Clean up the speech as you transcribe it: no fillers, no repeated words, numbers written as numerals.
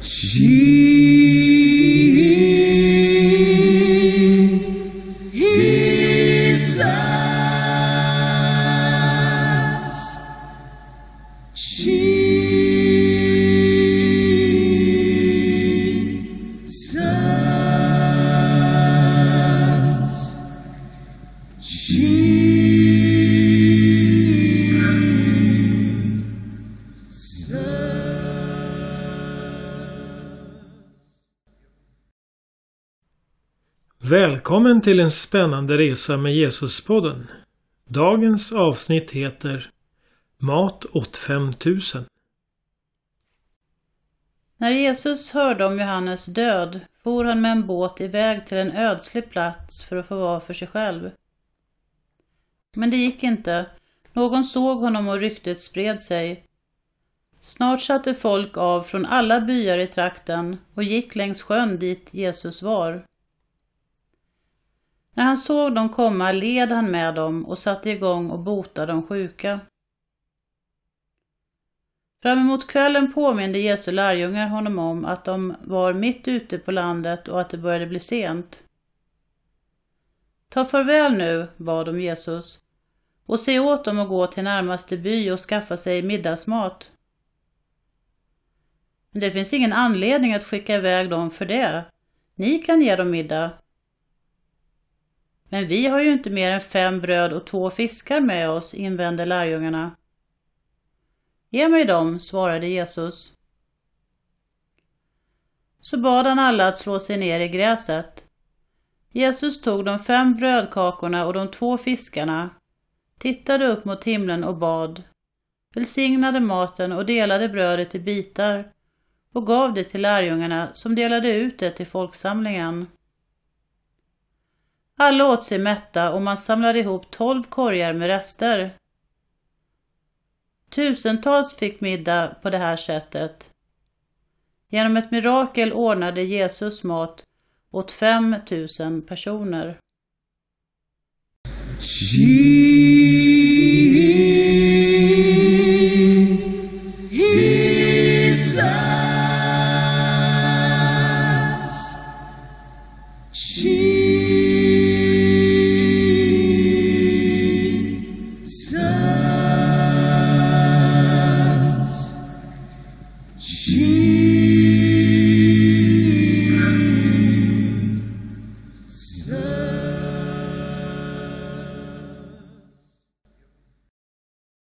Välkommen till en spännande resa med Jesuspodden. Dagens avsnitt heter Mat åt 5000. När Jesus hörde om Johannes död for han med en båt iväg till en ödslig plats för att få vara för sig själv. Men det gick inte. Någon såg honom och ryktet spred sig. Snart satte folk av från alla byar i trakten och gick längs sjön dit Jesus var. När han såg dem komma led han med dem och satte igång och botade de sjuka. Fram emot kvällen påminde Jesu lärjungar honom om att de var mitt ute på landet och att det började bli sent. Ta farväl nu, bad de Jesus, och se åt dem att gå till närmaste by och skaffa sig middagsmat. Men det finns ingen anledning att skicka iväg dem för det. Ni kan ge dem middag. Men vi har ju inte mer än 5 bröd och 2 fiskar med oss, invände lärjungarna. Ge mig dem, svarade Jesus. Så bad han alla att slå sig ner i gräset. Jesus tog de 5 brödkakorna och de 2 fiskarna, tittade upp mot himlen och bad, välsignade maten och delade brödet i bitar och gav det till lärjungarna som delade ut det till folksamlingen. Alla åt sig mätta och man samlade ihop 12 korgar med rester. Tusentals fick middag på det här sättet. Genom ett mirakel ordnade Jesus mat åt 5000 personer. Jesus.